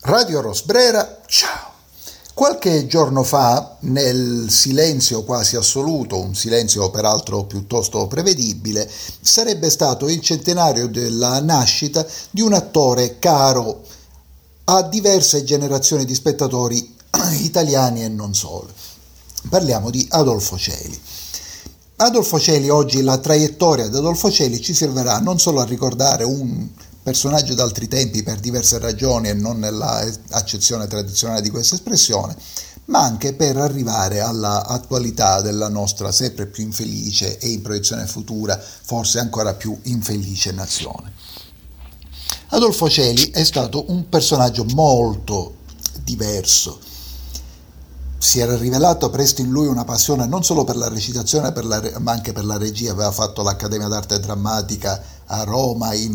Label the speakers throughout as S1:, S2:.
S1: Radio Rosbrera, ciao! Qualche giorno fa, nel silenzio quasi assoluto, un silenzio peraltro piuttosto prevedibile, sarebbe stato il centenario della nascita di un attore caro a diverse generazioni di spettatori italiani e non solo. Parliamo di Adolfo Celi. Adolfo Celi, oggi la traiettoria di Adolfo Celi ci servirà non solo a ricordare un personaggio d'altri tempi per diverse ragioni e non nella accezione tradizionale di questa espressione, ma anche per arrivare all'attualità della nostra sempre più infelice e in proiezione futura forse ancora più infelice nazione. Adolfo Celi è stato un personaggio molto diverso. Si era rivelato presto in lui una passione non solo per la recitazione ma anche per la regia. Aveva fatto l'Accademia d'Arte Drammatica a Roma in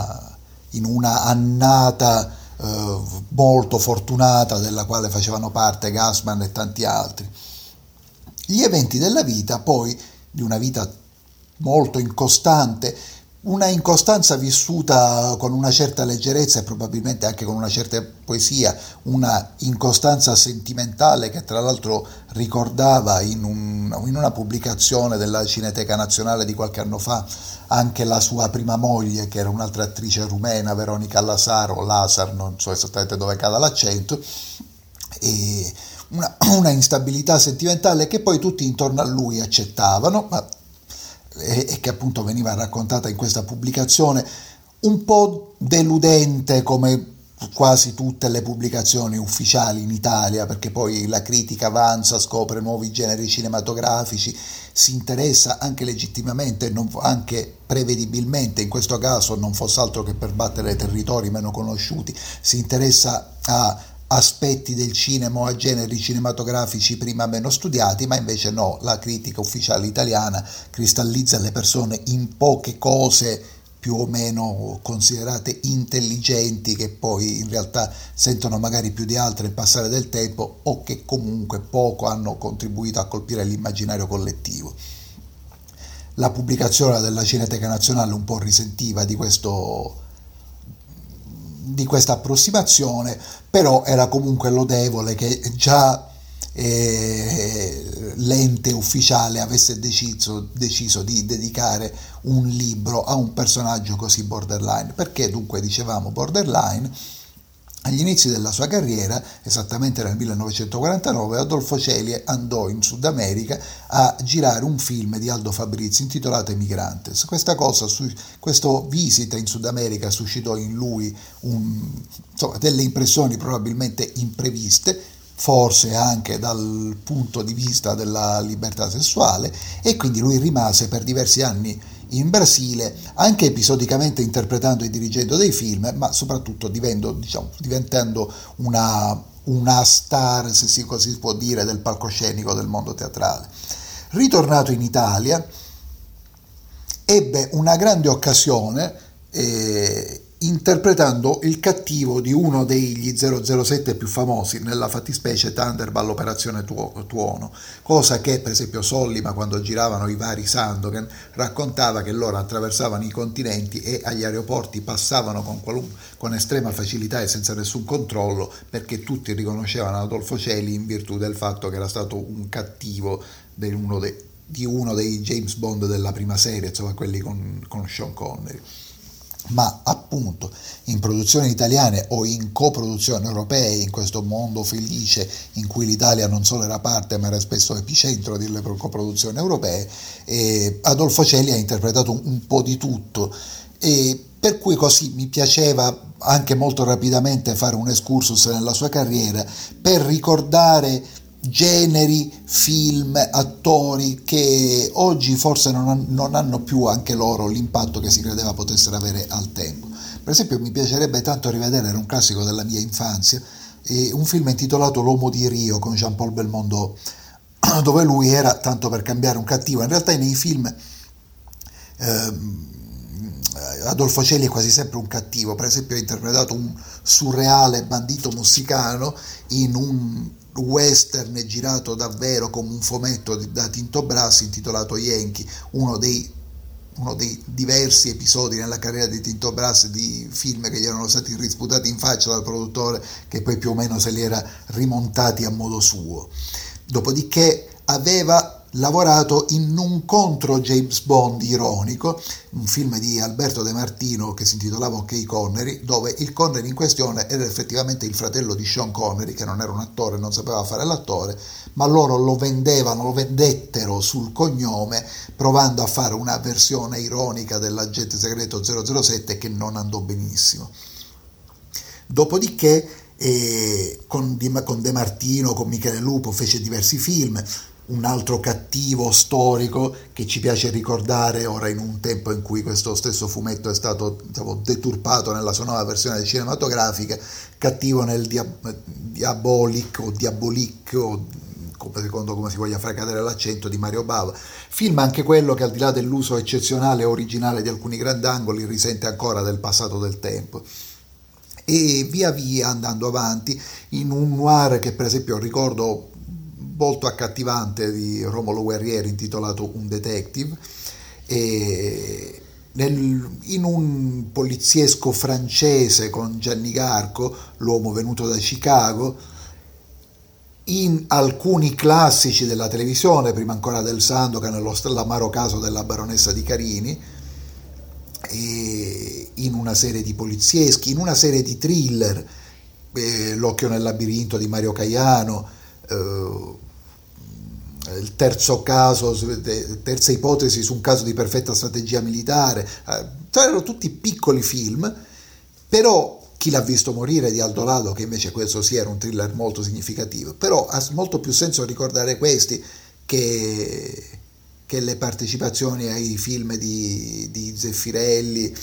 S1: una annata molto fortunata della quale facevano parte Gassman e tanti altri. Gli eventi della vita poi, di una vita molto incostante, una incostanza vissuta con una certa leggerezza e probabilmente anche con una certa poesia, una incostanza sentimentale che tra l'altro ricordava in una pubblicazione della Cineteca Nazionale di qualche anno fa anche la sua prima moglie, che era un'altra attrice rumena, Veronica Lazar, non so esattamente dove cada l'accento, e una instabilità sentimentale che poi tutti intorno a lui accettavano, e che appunto veniva raccontata in questa pubblicazione, un po' deludente come quasi tutte le pubblicazioni ufficiali in Italia, perché poi la critica avanza, scopre nuovi generi cinematografici, si interessa anche legittimamente, anche prevedibilmente, in questo caso non fosse altro che per battere territori meno conosciuti, si interessa a aspetti del cinema o a generi cinematografici prima meno studiati, ma invece no, la critica ufficiale italiana cristallizza le persone in poche cose più o meno considerate intelligenti, che poi in realtà sentono magari più di altre il passare del tempo o che comunque poco hanno contribuito a colpire l'immaginario collettivo. La pubblicazione della Cineteca Nazionale un po' risentiva di questa approssimazione, però era comunque lodevole che già l'ente ufficiale avesse deciso di dedicare un libro a un personaggio così borderline. Perché dunque dicevamo borderline? Agli inizi della sua carriera, esattamente nel 1949, Adolfo Celi andò in Sud America a girare un film di Aldo Fabrizi intitolato Emigrantes. Questa visita in Sud America suscitò in lui delle impressioni probabilmente impreviste, forse anche dal punto di vista della libertà sessuale, e quindi lui rimase per diversi anni in Brasile, anche episodicamente interpretando e dirigendo dei film, ma soprattutto diventando una star, se così si può dire, del palcoscenico del mondo teatrale. Ritornato in Italia, ebbe una grande occasione interpretando il cattivo di uno degli 007 più famosi, nella fattispecie Thunderball Operazione Tuono, cosa che per esempio Sollima, quando giravano i vari Sandokan, raccontava che loro attraversavano i continenti e agli aeroporti passavano con estrema facilità e senza nessun controllo, perché tutti riconoscevano Adolfo Celi in virtù del fatto che era stato un cattivo di uno dei James Bond della prima serie, insomma quelli con Sean Connery. Ma appunto in produzioni italiane o in coproduzioni europee, in questo mondo felice in cui l'Italia non solo era parte ma era spesso epicentro delle coproduzioni europee, Adolfo Celi ha interpretato un po' di tutto, e per cui così mi piaceva anche molto rapidamente fare un excursus nella sua carriera per ricordare generi, film, attori che oggi forse non hanno più anche loro l'impatto che si credeva potessero avere al tempo. Per esempio mi piacerebbe tanto rivedere, era un classico della mia infanzia, un film intitolato L'uomo di Rio con Jean-Paul Belmondo, dove lui era, tanto per cambiare, un cattivo. In realtà nei film Adolfo Celi è quasi sempre un cattivo. Per esempio ha interpretato un surreale bandito messicano in un western girato davvero come un fumetto da Tinto Brass intitolato Yankee, uno dei uno dei diversi episodi nella carriera di Tinto Brass di film che gli erano stati risputati in faccia dal produttore, che poi più o meno se li era rimontati a modo suo. Dopodiché aveva lavorato in un contro James Bond ironico, un film di Alberto De Martino che si intitolava Ok Connery, dove il Connery in questione era effettivamente il fratello di Sean Connery, che non era un attore, non sapeva fare l'attore, ma loro lo vendettero sul cognome, provando a fare una versione ironica dell'agente segreto 007 che non andò benissimo. Dopodiché con De Martino, con Michele Lupo fece diversi film. Un altro cattivo storico che ci piace ricordare ora in un tempo in cui questo stesso fumetto è stato, diciamo, deturpato nella sua nuova versione cinematografica, cattivo nel Diabolique o secondo come si voglia far cadere l'accento, di Mario Bava, film anche quello che al di là dell'uso eccezionale e originale di alcuni grandangoli risente ancora del passato del tempo. E via via andando avanti in un noir che per esempio ricordo molto accattivante di Romolo Guerrieri intitolato Un Detective, in un poliziesco francese con Gianni Garco, L'uomo venuto da Chicago, in alcuni classici della televisione, prima ancora del Sandokan, l'amaro caso della baronessa di Carini, e in una serie di polizieschi, in una serie di thriller, L'occhio nel labirinto di Mario Caiano, il terzo caso, terza ipotesi su un caso di perfetta strategia militare, erano tutti piccoli film, però Chi l'ha visto morire di Aldo Lado, che invece questo sì era un thriller molto significativo, però ha molto più senso ricordare questi che le partecipazioni ai film di Zeffirelli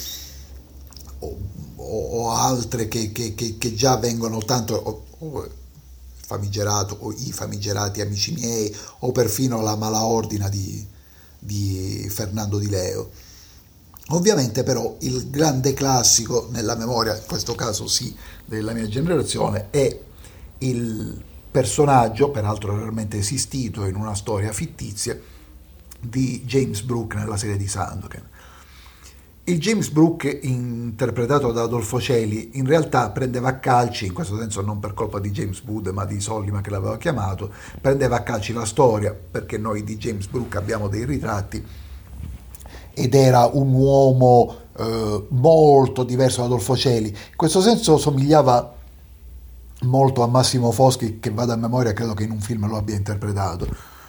S1: o altre che già vengono tanto famigerato, o I famigerati amici miei, o perfino La mala ordina di Fernando Di Leo. Ovviamente però il grande classico nella memoria, in questo caso sì, della mia generazione, è il personaggio, peraltro realmente esistito in una storia fittizia, di James Brooke nella serie di Sandokan. Il James Brooke, interpretato da Adolfo Celi, in realtà prendeva a calci, in questo senso non per colpa di James Wood ma di Sollima che l'aveva chiamato, prendeva a calci la storia, perché noi di James Brooke abbiamo dei ritratti, ed era un uomo molto diverso da Adolfo Celi. In questo senso somigliava molto a Massimo Foschi, che vado a memoria, credo che in un film lo abbia interpretato.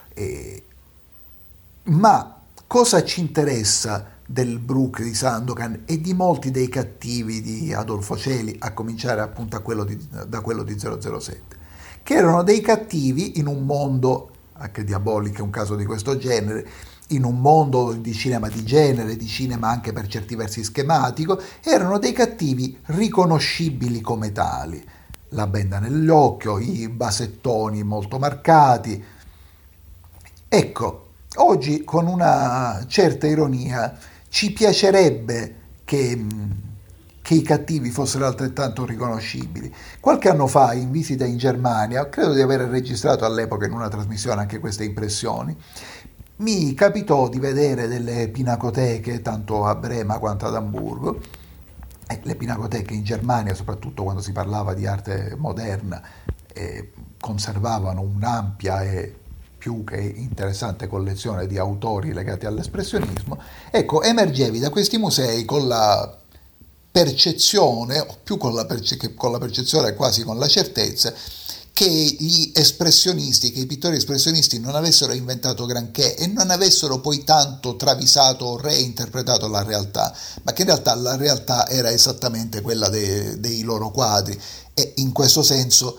S1: Ma cosa ci interessa del Brooke di Sandokan e di molti dei cattivi di Adolfo Celi, a cominciare appunto da quello di 007, che erano dei cattivi in un mondo, anche Diabolique è un caso di questo genere, in un mondo di cinema di genere, di cinema anche per certi versi schematico, erano dei cattivi riconoscibili come tali. La benda nell'occhio, i basettoni molto marcati. Ecco, oggi con una certa ironia ci piacerebbe che i cattivi fossero altrettanto riconoscibili. Qualche anno fa, in visita in Germania, credo di aver registrato all'epoca in una trasmissione anche queste impressioni, mi capitò di vedere delle pinacoteche, tanto a Brema quanto ad Amburgo. Le pinacoteche in Germania, soprattutto quando si parlava di arte moderna, conservavano un'ampia e più che interessante collezione di autori legati all'espressionismo. Ecco, emergevi da questi musei con la percezione, o più con la percezione, quasi con la certezza, che gli espressionisti, che i pittori espressionisti non avessero inventato granché e non avessero poi tanto travisato o reinterpretato la realtà, ma che in realtà la realtà era esattamente quella dei loro quadri, e in questo senso,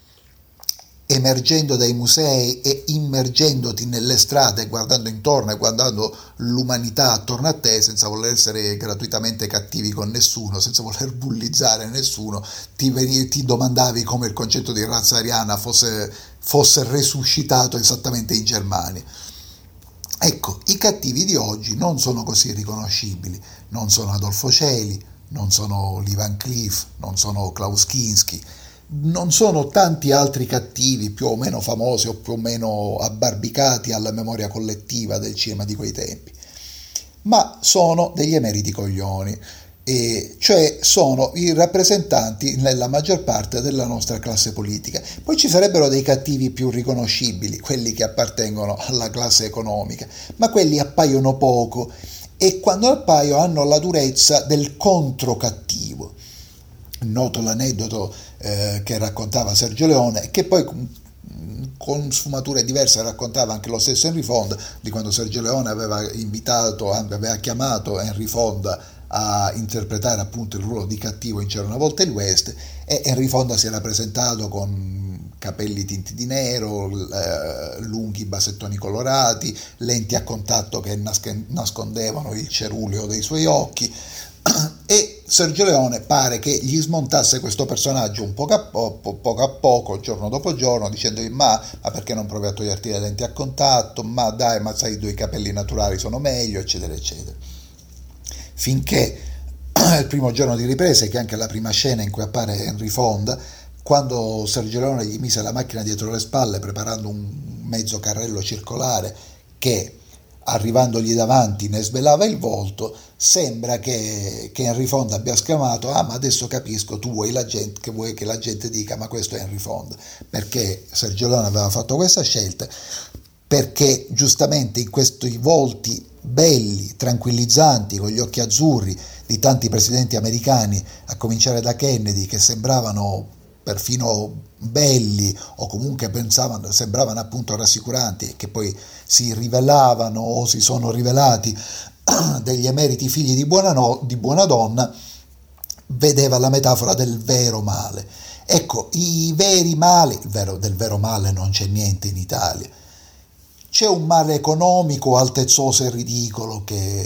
S1: emergendo dai musei e immergendoti nelle strade, guardando intorno e guardando l'umanità attorno a te, senza voler essere gratuitamente cattivi con nessuno, senza voler bullizzare nessuno, ti domandavi come il concetto di razza ariana fosse resuscitato esattamente in Germania. Ecco, i cattivi di oggi non sono così riconoscibili, non sono Adolfo Celi, non sono Lee Van Cleef, non sono Klaus Kinski, non sono tanti altri cattivi più o meno famosi o più o meno abbarbicati alla memoria collettiva del cinema di quei tempi. ma sono degli emeriti coglioni, e cioè sono i rappresentanti nella maggior parte della nostra classe politica. Poi ci sarebbero dei cattivi più riconoscibili, quelli che appartengono alla classe economica, ma quelli appaiono poco e quando appaiono hanno la durezza del controcattivo. Noto l'aneddoto che raccontava Sergio Leone, che poi con sfumature diverse raccontava anche lo stesso Henry Fonda, di quando Sergio Leone aveva chiamato Henry Fonda a interpretare appunto il ruolo di cattivo in C'era una volta il West, e Henry Fonda si era presentato con capelli tinti di nero, lunghi basettoni colorati, lenti a contatto che nascondevano il ceruleo dei suoi occhi, e Sergio Leone pare che gli smontasse questo personaggio un poco a poco, giorno dopo giorno, dicendogli ma perché non provi a toglierti le lenti a contatto, ma dai, ma sai, i tuoi capelli naturali sono meglio, eccetera eccetera, finché il primo giorno di riprese, che è anche la prima scena in cui appare Henry Fonda, quando Sergio Leone gli mise la macchina dietro le spalle preparando un mezzo carrello circolare che, arrivandogli davanti, ne svelava il volto, sembra che Henry Fonda abbia esclamato: ah, ma adesso capisco, tu vuoi che la gente dica ma questo è Henry Fonda, perché Sergio Leone aveva fatto questa scelta, perché giustamente in questi volti belli, tranquillizzanti, con gli occhi azzurri di tanti presidenti americani, a cominciare da Kennedy, che sembravano perfino belli o comunque sembravano appunto rassicuranti, e che poi si rivelavano o si sono rivelati degli emeriti figli di buona donna, vedeva la metafora del vero male. Ecco, i veri mali, del vero male non c'è niente in Italia. C'è un male economico altezzoso e ridicolo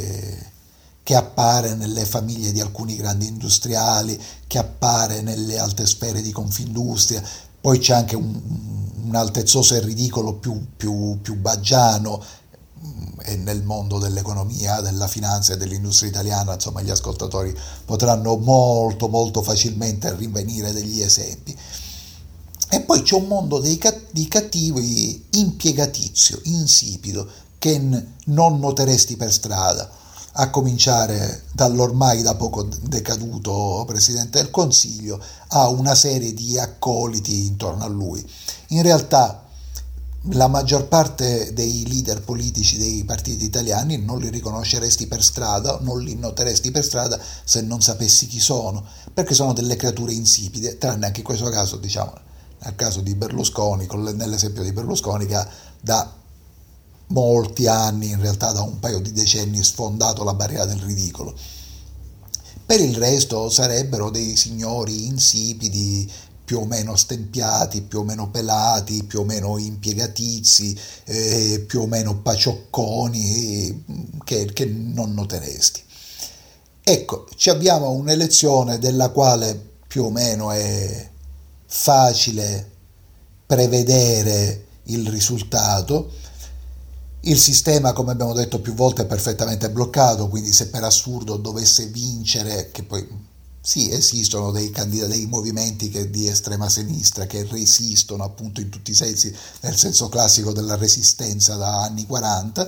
S1: che appare nelle famiglie di alcuni grandi industriali, che appare nelle alte sfere di Confindustria. Poi c'è anche un altezzoso e ridicolo più baggiano e nel mondo dell'economia, della finanza e dell'industria italiana. Insomma, gli ascoltatori potranno molto molto facilmente rinvenire degli esempi. E poi c'è un mondo di cattivi impiegatizio, insipido, che non noteresti per strada, a cominciare dall'ormai da poco decaduto Presidente del Consiglio a una serie di accoliti intorno a lui. In realtà la maggior parte dei leader politici dei partiti italiani non li riconosceresti per strada, non li noteresti per strada se non sapessi chi sono, perché sono delle creature insipide, tranne anche in questo caso, diciamo, nel caso di Berlusconi, nell'esempio di Berlusconi, che ha da molti anni, in realtà da un paio di decenni, sfondato la barriera del ridicolo. Per il resto sarebbero dei signori insipidi, più o meno stempiati, più o meno pelati, più o meno impiegatizi, più o meno paciocconi, che non noteresti. Ecco, ci abbiamo un'elezione della quale più o meno è facile prevedere il risultato. Il sistema, come abbiamo detto più volte, è perfettamente bloccato, quindi se per assurdo dovesse vincere, che poi sì, esistono dei movimenti di estrema sinistra che resistono appunto in tutti i sensi, nel senso classico della resistenza da anni 40,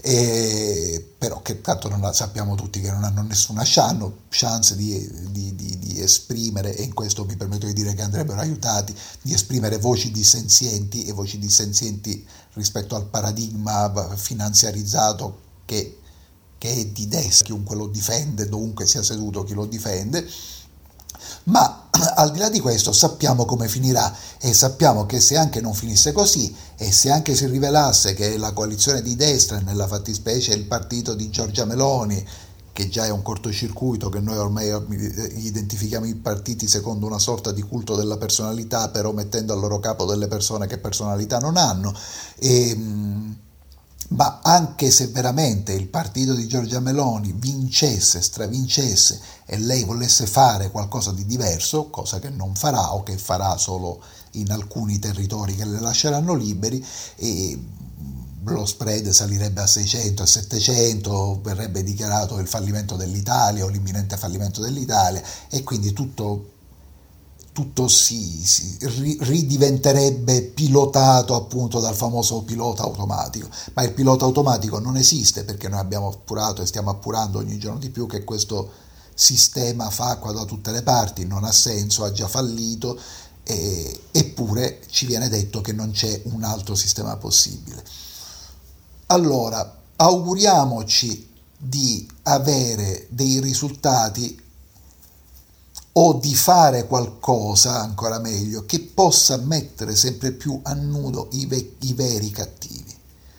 S1: però che tanto sappiamo tutti che non hanno nessuna chance di esprimere, e in questo mi permetto di dire che andrebbero aiutati, di esprimere voci dissenzienti, e voci dissenzienti rispetto al paradigma finanziarizzato che è di destra, chiunque lo difende, dovunque sia seduto chi lo difende. Ma al di là di questo sappiamo come finirà, e sappiamo che se anche non finisse così, e se anche si rivelasse che la coalizione di destra, nella fattispecie il partito di Giorgia Meloni, che già è un cortocircuito, che noi ormai identifichiamo i partiti secondo una sorta di culto della personalità, però mettendo al loro capo delle persone che personalità non hanno, ma anche se veramente il partito di Giorgia Meloni stravincesse e lei volesse fare qualcosa di diverso, cosa che non farà o che farà solo in alcuni territori che le lasceranno liberi, e lo spread salirebbe a 600 e 700, verrebbe dichiarato il fallimento dell'Italia o l'imminente fallimento dell'Italia, e quindi tutto tutto ridiventerebbe pilotato appunto dal famoso pilota automatico, ma il pilota automatico non esiste, perché noi abbiamo appurato e stiamo appurando ogni giorno di più che questo sistema fa acqua da tutte le parti, non ha senso, ha già fallito, eppure ci viene detto che non c'è un altro sistema possibile. Allora, auguriamoci di avere dei risultati o di fare qualcosa, ancora meglio, che possa mettere sempre più a nudo i veri cattivi.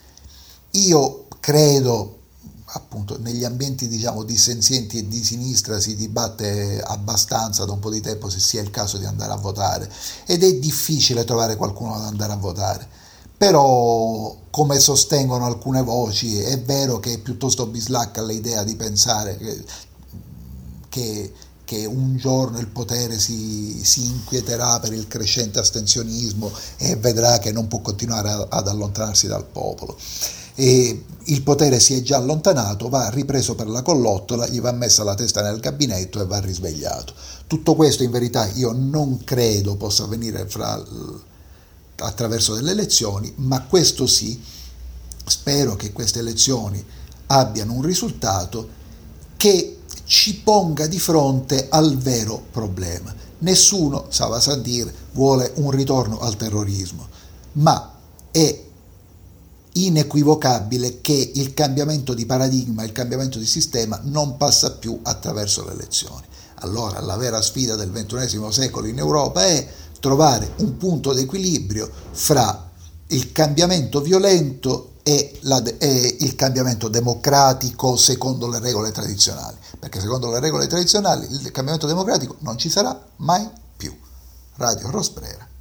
S1: Io credo, appunto, negli ambienti diciamo dissenzienti e di sinistra si dibatte abbastanza da un po' di tempo se sia il caso di andare a votare, ed è difficile trovare qualcuno ad andare a votare. Però, come sostengono alcune voci, è vero che è piuttosto bislacca l'idea di pensare che un giorno il potere si inquieterà per il crescente astensionismo e vedrà che non può continuare ad allontanarsi dal popolo. E il potere si è già allontanato, va ripreso per la collottola, gli va messa la testa nel gabinetto e va risvegliato. Tutto questo in verità io non credo possa avvenire attraverso delle elezioni, ma questo sì, spero che queste elezioni abbiano un risultato che ci ponga di fronte al vero problema. Nessuno, Sava Sandir, vuole un ritorno al terrorismo, ma è inequivocabile che il cambiamento di paradigma, il cambiamento di sistema non passa più attraverso le elezioni. Allora la vera sfida del XXI secolo in Europa è trovare un punto d'equilibrio fra il cambiamento violento e il cambiamento democratico secondo le regole tradizionali, perché secondo le regole tradizionali il cambiamento democratico non ci sarà mai più. Radio Rosbrera.